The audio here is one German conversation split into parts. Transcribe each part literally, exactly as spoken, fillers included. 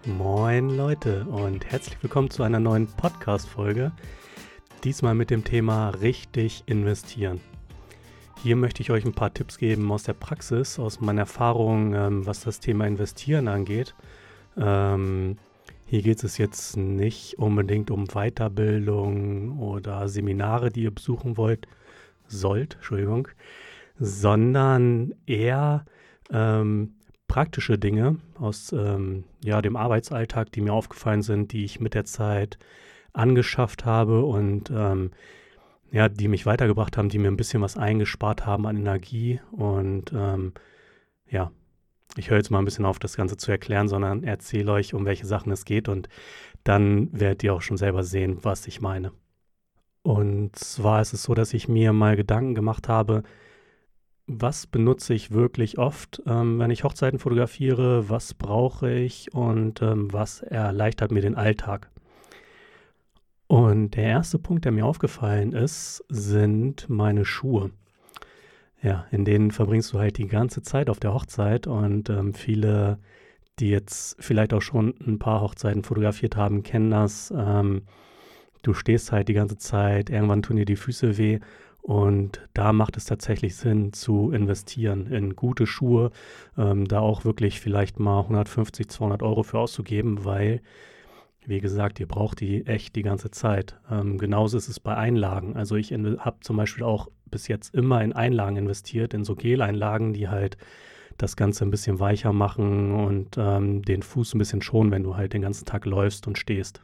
Moin Leute und herzlich willkommen zu einer neuen Podcast-Folge. Diesmal mit dem Thema richtig investieren. Hier möchte ich euch ein paar Tipps geben aus der Praxis, aus meiner Erfahrung, ähm, was das Thema Investieren angeht. Ähm, hier geht es jetzt nicht unbedingt um Weiterbildung oder Seminare, die ihr besuchen wollt, sollt, Entschuldigung, sondern eher ähm, praktische Dinge aus ähm, ja, dem Arbeitsalltag, die mir aufgefallen sind, die ich mit der Zeit angeschafft habe und ähm, ja, die mich weitergebracht haben, die mir ein bisschen was eingespart haben an Energie. Und ähm, ja, ich höre jetzt mal ein bisschen auf, das Ganze zu erklären, sondern erzähle euch, um welche Sachen es geht und dann werdet ihr auch schon selber sehen, was ich meine. Und zwar ist es so, dass ich mir mal Gedanken gemacht habe, was benutze ich wirklich oft, ähm, wenn ich Hochzeiten fotografiere, was brauche ich und ähm, was erleichtert mir den Alltag. Und der erste Punkt, der mir aufgefallen ist, sind meine Schuhe. Ja, in denen verbringst du halt die ganze Zeit auf der Hochzeit und ähm, viele, die jetzt vielleicht auch schon ein paar Hochzeiten fotografiert haben, kennen das. Ähm, du stehst halt die ganze Zeit, irgendwann tun dir die Füße weh. Und da macht es tatsächlich Sinn zu investieren in gute Schuhe, ähm, da auch wirklich vielleicht mal hundertfünfzig, zweihundert Euro für auszugeben, weil, wie gesagt, ihr braucht die echt die ganze Zeit. Ähm, genauso ist es bei Einlagen. Also ich habe zum Beispiel auch bis jetzt immer in Einlagen investiert, in so Geleinlagen, die halt das Ganze ein bisschen weicher machen und ähm, den Fuß ein bisschen schonen, wenn du halt den ganzen Tag läufst und stehst.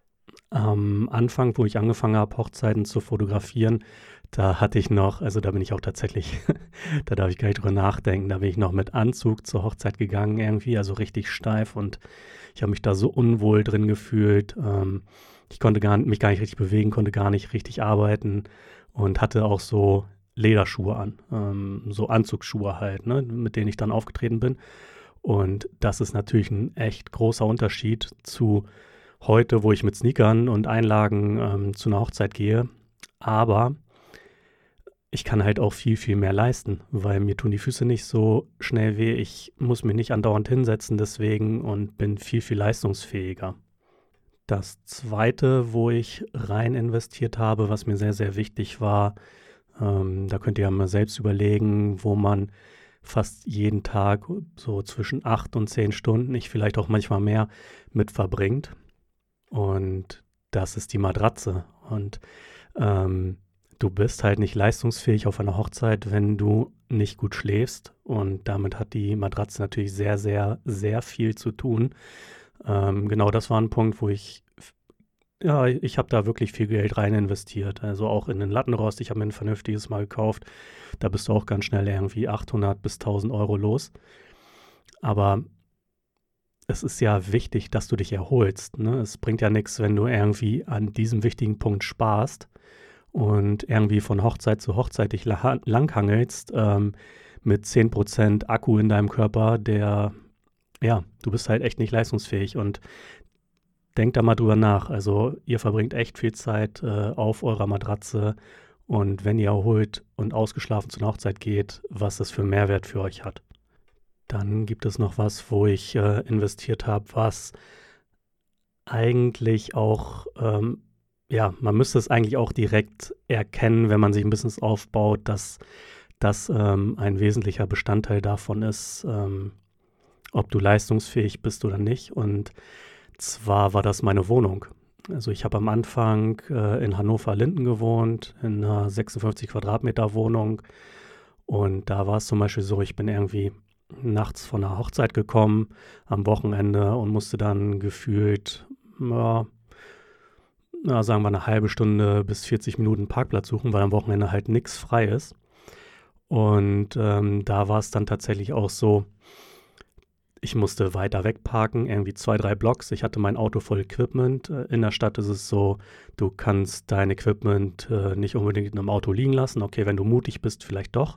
Am Anfang, wo ich angefangen habe, Hochzeiten zu fotografieren, da hatte ich noch, also da bin ich auch tatsächlich, da darf ich gar nicht drüber nachdenken, da bin ich noch mit Anzug zur Hochzeit gegangen irgendwie, also richtig steif und ich habe mich da so unwohl drin gefühlt. Ähm, ich konnte gar, mich gar nicht richtig bewegen, konnte gar nicht richtig arbeiten und hatte auch so Lederschuhe an, ähm, so Anzugsschuhe halt, ne, mit denen ich dann aufgetreten bin. Und das ist natürlich ein echt großer Unterschied zu heute, wo ich mit Sneakern und Einlagen ähm, zu einer Hochzeit gehe. Aber ich kann halt auch viel, viel mehr leisten, weil mir tun die Füße nicht so schnell weh. Ich muss mich nicht andauernd hinsetzen deswegen und bin viel, viel leistungsfähiger. Das Zweite, wo ich rein investiert habe, was mir sehr, sehr wichtig war, ähm, da könnt ihr ja mal selbst überlegen, wo man fast jeden Tag so zwischen acht und zehn Stunden, ich vielleicht auch manchmal mehr, mit verbringt. Und das ist die Matratze. Und ähm, du bist halt nicht leistungsfähig auf einer Hochzeit, wenn du nicht gut schläfst. Und damit hat die Matratze natürlich sehr, sehr, sehr viel zu tun. Ähm, genau, das war ein Punkt, wo ich, ja, ich habe da wirklich viel Geld rein investiert. Also auch in den Lattenrost. Ich habe mir ein vernünftiges Mal gekauft. Da bist du auch ganz schnell irgendwie achthundert bis tausend Euro los. Aber es ist ja wichtig, dass du dich erholst. Ne? Es bringt ja nichts, wenn du irgendwie an diesem wichtigen Punkt sparst und irgendwie von Hochzeit zu Hochzeit dich la- langhangelst ähm, mit zehn Prozent Akku in deinem Körper, der, ja, du bist halt echt nicht leistungsfähig und denk da mal drüber nach. Also ihr verbringt echt viel Zeit äh, auf eurer Matratze und wenn ihr erholt und ausgeschlafen zu einer Hochzeit geht, was das für einen Mehrwert für euch hat. Dann gibt es noch was, wo ich äh, investiert habe, was eigentlich auch, ähm, ja, man müsste es eigentlich auch direkt erkennen, wenn man sich ein Business aufbaut, dass das ähm, ein wesentlicher Bestandteil davon ist, ähm, ob du leistungsfähig bist oder nicht. Und zwar war das meine Wohnung. Also ich habe am Anfang äh, in Hannover-Linden gewohnt, in einer sechsundfünfzig Quadratmeter Wohnung. Und da war es zum Beispiel so, ich bin irgendwie nachts von einer Hochzeit gekommen am Wochenende und musste dann gefühlt, ja, na, sagen wir eine halbe Stunde bis vierzig Minuten Parkplatz suchen, weil am Wochenende halt nichts frei ist. Und ähm, da war es dann tatsächlich auch so, ich musste weiter weg parken, irgendwie zwei, drei Blocks. Ich hatte mein Auto voll Equipment. Äh, In der Stadt ist es so, du kannst dein Equipment äh, nicht unbedingt in einem Auto liegen lassen. Okay, wenn du mutig bist, vielleicht doch.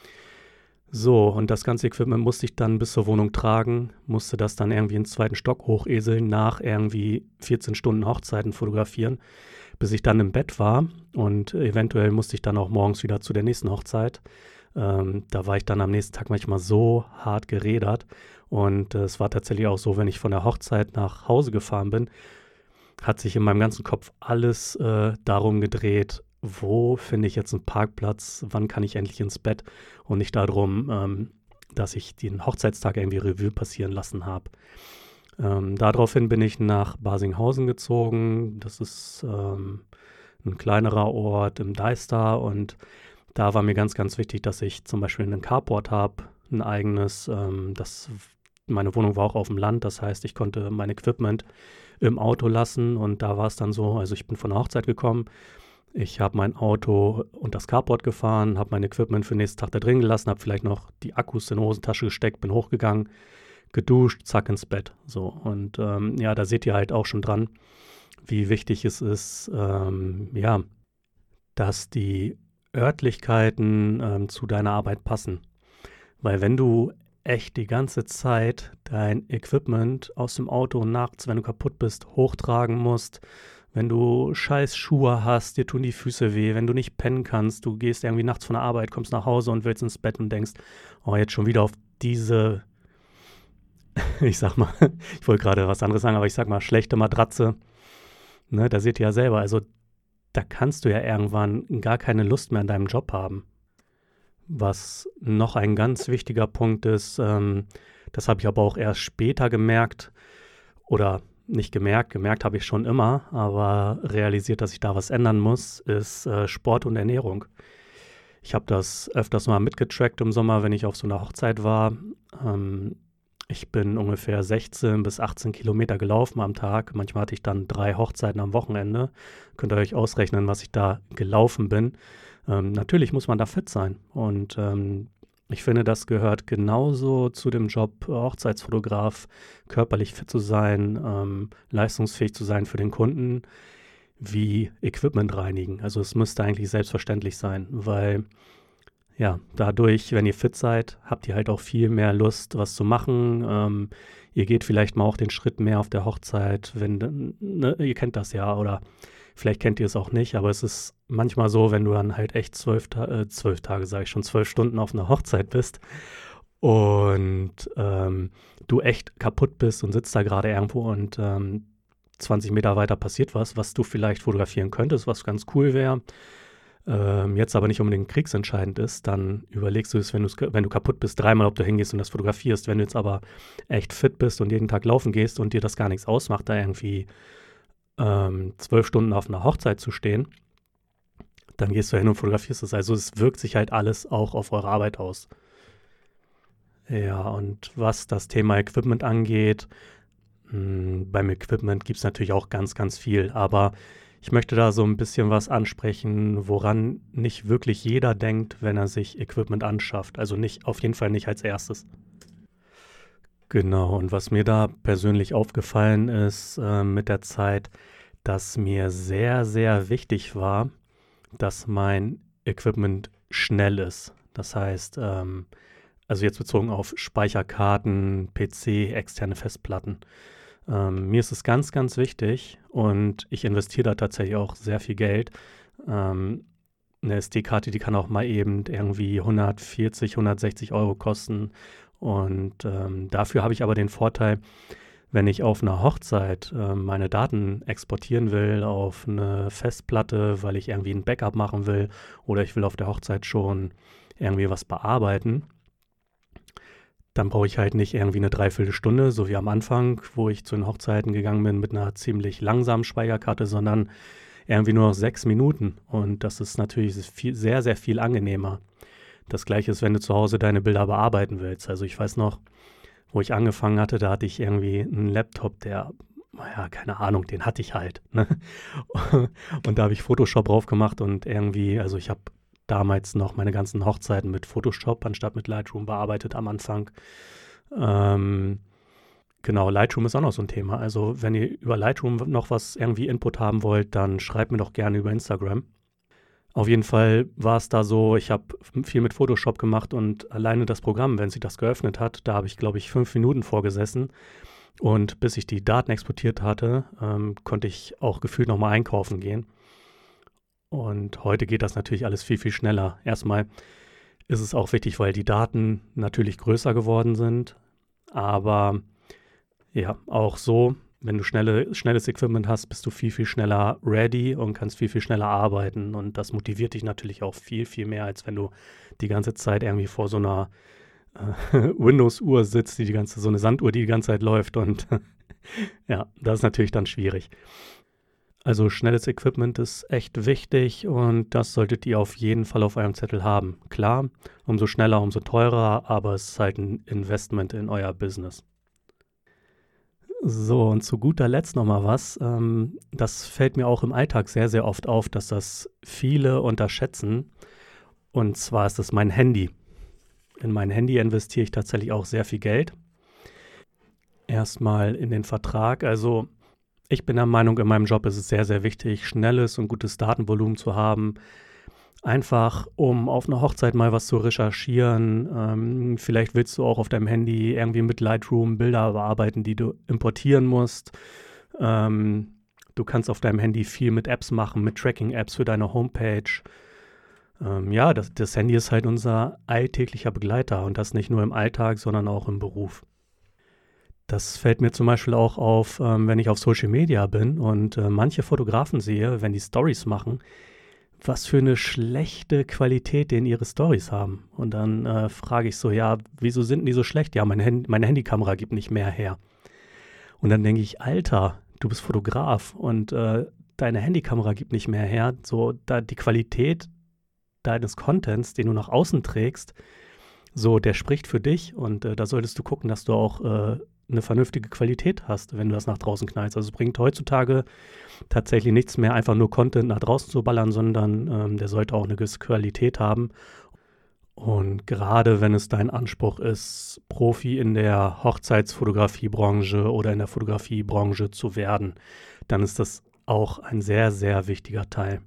So, und das ganze Equipment musste ich dann bis zur Wohnung tragen, musste das dann irgendwie in den zweiten Stock hocheseln, nach irgendwie vierzehn Stunden Hochzeiten fotografieren, bis ich dann im Bett war und eventuell musste ich dann auch morgens wieder zu der nächsten Hochzeit. Ähm, da war ich dann am nächsten Tag manchmal so hart gerädert. Und äh, es war tatsächlich auch so, wenn ich von der Hochzeit nach Hause gefahren bin, hat sich in meinem ganzen Kopf alles äh, darum gedreht, wo finde ich jetzt einen Parkplatz, wann kann ich endlich ins Bett und nicht darum, ähm, dass ich den Hochzeitstag irgendwie Revue passieren lassen habe. Ähm, daraufhin bin ich nach Barsinghausen gezogen. Das ist ähm, ein kleinerer Ort im Deister und da war mir ganz, ganz wichtig, dass ich zum Beispiel einen Carport habe, ein eigenes. Ähm, das, meine Wohnung war auch auf dem Land, das heißt, ich konnte mein Equipment im Auto lassen und da war es dann so, also ich bin von der Hochzeit gekommen, ich habe mein Auto und das Carport gefahren, habe mein Equipment für den nächsten Tag da drin gelassen, habe vielleicht noch die Akkus in die Hosentasche gesteckt, bin hochgegangen, geduscht, zack ins Bett. So und ähm, ja, da seht ihr halt auch schon dran, wie wichtig es ist, ähm, ja, dass die Örtlichkeiten ähm, zu deiner Arbeit passen. Weil wenn du echt die ganze Zeit dein Equipment aus dem Auto nachts, wenn du kaputt bist, hochtragen musst, wenn du scheiß Schuhe hast, dir tun die Füße weh, wenn du nicht pennen kannst, du gehst irgendwie nachts von der Arbeit, kommst nach Hause und willst ins Bett und denkst, oh, jetzt schon wieder auf diese, ich sag mal, ich wollte gerade was anderes sagen, aber ich sag mal, schlechte Matratze, ne, da seht ihr ja selber, also da kannst du ja irgendwann gar keine Lust mehr an deinem Job haben. Was noch ein ganz wichtiger Punkt ist, ähm, das habe ich aber auch erst später gemerkt oder nicht gemerkt, gemerkt habe ich schon immer, aber realisiert, dass ich da was ändern muss, ist äh, Sport und Ernährung. Ich habe das öfters mal mitgetrackt im Sommer, wenn ich auf so einer Hochzeit war. Ähm, ich bin ungefähr sechzehn bis achtzehn Kilometer gelaufen am Tag. Manchmal hatte ich dann drei Hochzeiten am Wochenende. Könnt ihr euch ausrechnen, was ich da gelaufen bin. Ähm, natürlich muss man da fit sein und ähm, ich finde, das gehört genauso zu dem Job Hochzeitsfotograf, körperlich fit zu sein, ähm, leistungsfähig zu sein für den Kunden, wie Equipment reinigen. Also es müsste eigentlich selbstverständlich sein, weil ja, dadurch, wenn ihr fit seid, habt ihr halt auch viel mehr Lust, was zu machen. Ähm, ihr geht vielleicht mal auch den Schritt mehr auf der Hochzeit, wenn, ne, ihr kennt das ja oder vielleicht kennt ihr es auch nicht, aber es ist manchmal so, wenn du dann halt echt zwölf, Ta- äh, zwölf Tage, sage ich schon, zwölf Stunden auf einer Hochzeit bist und ähm, du echt kaputt bist und sitzt da gerade irgendwo und ähm, zwanzig Meter weiter passiert was, was du vielleicht fotografieren könntest, was ganz cool wäre, ähm, jetzt aber nicht unbedingt kriegsentscheidend ist, dann überlegst du es, wenn, wenn du kaputt bist, dreimal, ob du hingehst und das fotografierst. Wenn du jetzt aber echt fit bist und jeden Tag laufen gehst und dir das gar nichts ausmacht, da irgendwie ähm, zwölf Stunden auf einer Hochzeit zu stehen, dann gehst du hin und fotografierst es. Also es wirkt sich halt alles auch auf eure Arbeit aus. Ja, und was das Thema Equipment angeht, mh, beim Equipment gibt es natürlich auch ganz, ganz viel, aber ich möchte da so ein bisschen was ansprechen, woran nicht wirklich jeder denkt, wenn er sich Equipment anschafft. Also nicht, auf jeden Fall nicht als erstes. Genau, und was mir da persönlich aufgefallen ist äh, mit der Zeit, dass mir sehr, sehr wichtig war, dass mein Equipment schnell ist. Das heißt, ähm, also jetzt bezogen auf Speicherkarten, P C, externe Festplatten. Ähm, mir ist es ganz, ganz wichtig und ich investiere da tatsächlich auch sehr viel Geld. Ähm, eine S D-Karte, die kann auch mal eben irgendwie hundertvierzig, hundertsechzig Euro kosten. Und ähm, dafür habe ich aber den Vorteil, wenn ich auf einer Hochzeit äh, meine Daten exportieren will auf eine Festplatte, weil ich irgendwie ein Backup machen will oder ich will auf der Hochzeit schon irgendwie was bearbeiten, dann brauche ich halt nicht irgendwie eine Dreiviertelstunde, so wie am Anfang, wo ich zu den Hochzeiten gegangen bin mit einer ziemlich langsamen Speicherkarte, sondern irgendwie nur noch sechs Minuten. Und das ist natürlich viel, sehr, sehr viel angenehmer. Das Gleiche ist, wenn du zu Hause deine Bilder bearbeiten willst. Also ich weiß noch, wo ich angefangen hatte, da hatte ich irgendwie einen Laptop, der, naja, keine Ahnung, den hatte ich halt. Ne? Und da habe ich Photoshop drauf gemacht und irgendwie, also ich habe damals noch meine ganzen Hochzeiten mit Photoshop anstatt mit Lightroom bearbeitet am Anfang. Ähm, genau, Lightroom ist auch noch so ein Thema. Also wenn ihr über Lightroom noch was irgendwie Input haben wollt, dann schreibt mir doch gerne über Instagram. Auf jeden Fall war es da so, ich habe viel mit Photoshop gemacht und alleine das Programm, wenn sich das geöffnet hat, da habe ich, glaube ich, fünf Minuten vorgesessen. Und bis ich die Daten exportiert hatte, ähm, konnte ich auch gefühlt nochmal einkaufen gehen. Und heute geht das natürlich alles viel, viel schneller. Erstmal ist es auch wichtig, weil die Daten natürlich größer geworden sind. Aber ja, auch so, wenn du schnelle, schnelles Equipment hast, bist du viel, viel schneller ready und kannst viel, viel schneller arbeiten. Und das motiviert dich natürlich auch viel, viel mehr, als wenn du die ganze Zeit irgendwie vor so einer äh, Windows-Uhr sitzt, die die ganze, so eine Sanduhr, die die ganze Zeit läuft. Und ja, das ist natürlich dann schwierig. Also schnelles Equipment ist echt wichtig und das solltet ihr auf jeden Fall auf eurem Zettel haben. Klar, umso schneller, umso teurer, aber es ist halt ein Investment in euer Business. So, und zu guter Letzt nochmal was. Ähm, das fällt mir auch im Alltag sehr, sehr oft auf, dass das viele unterschätzen. Und zwar ist das mein Handy. In mein Handy investiere ich tatsächlich auch sehr viel Geld. Erstmal in den Vertrag. Also ich bin der Meinung, in meinem Job ist es sehr, sehr wichtig, schnelles und gutes Datenvolumen zu haben. Einfach, um auf einer Hochzeit mal was zu recherchieren. Ähm, vielleicht willst du auch auf deinem Handy irgendwie mit Lightroom Bilder bearbeiten, die du importieren musst. Ähm, du kannst auf deinem Handy viel mit Apps machen, mit Tracking-Apps für deine Homepage. Ähm, ja, das, das Handy ist halt unser alltäglicher Begleiter und das nicht nur im Alltag, sondern auch im Beruf. Das fällt mir zum Beispiel auch auf, ähm, wenn ich auf Social Media bin und äh, manche Fotografen sehe, wenn die Stories machen, was für eine schlechte Qualität die in ihre Stories haben. Und dann äh, frage ich so, ja, wieso sind die so schlecht? Ja, mein Hand- meine Handykamera gibt nicht mehr her. Und dann denke ich, Alter, du bist Fotograf und äh, deine Handykamera gibt nicht mehr her. So, da die Qualität deines Contents, den du nach außen trägst, so, der spricht für dich und äh, da solltest du gucken, dass du auch äh, eine vernünftige Qualität hast, wenn du das nach draußen knallst. Also es bringt heutzutage tatsächlich nichts mehr, einfach nur Content nach draußen zu ballern, sondern ähm, der sollte auch eine gewisse Qualität haben. Und gerade wenn es dein Anspruch ist, Profi in der Hochzeitsfotografiebranche oder in der Fotografiebranche zu werden, dann ist das auch ein sehr, sehr wichtiger Teil.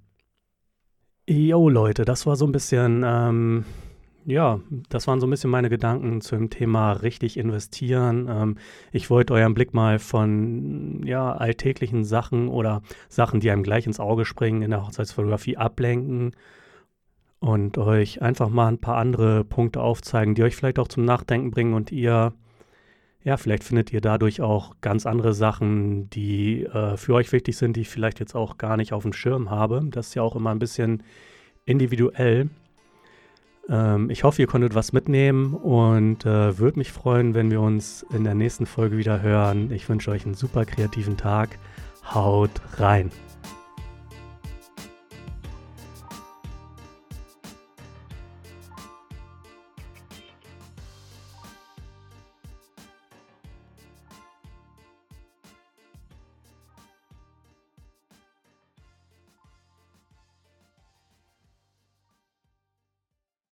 Jo Leute, das war so ein bisschen... Ähm, Ja, das waren so ein bisschen meine Gedanken zum Thema richtig investieren. Ähm, ich wollte euren Blick mal von ja, alltäglichen Sachen oder Sachen, die einem gleich ins Auge springen in der Hochzeitsfotografie ablenken und euch einfach mal ein paar andere Punkte aufzeigen, die euch vielleicht auch zum Nachdenken bringen und ihr, ja, vielleicht findet ihr dadurch auch ganz andere Sachen, die äh, für euch wichtig sind, die ich vielleicht jetzt auch gar nicht auf dem Schirm habe. Das ist ja auch immer ein bisschen individuell. Ich hoffe, ihr konntet was mitnehmen und äh, würde mich freuen, wenn wir uns in der nächsten Folge wieder hören. Ich wünsche euch einen super kreativen Tag. Haut rein!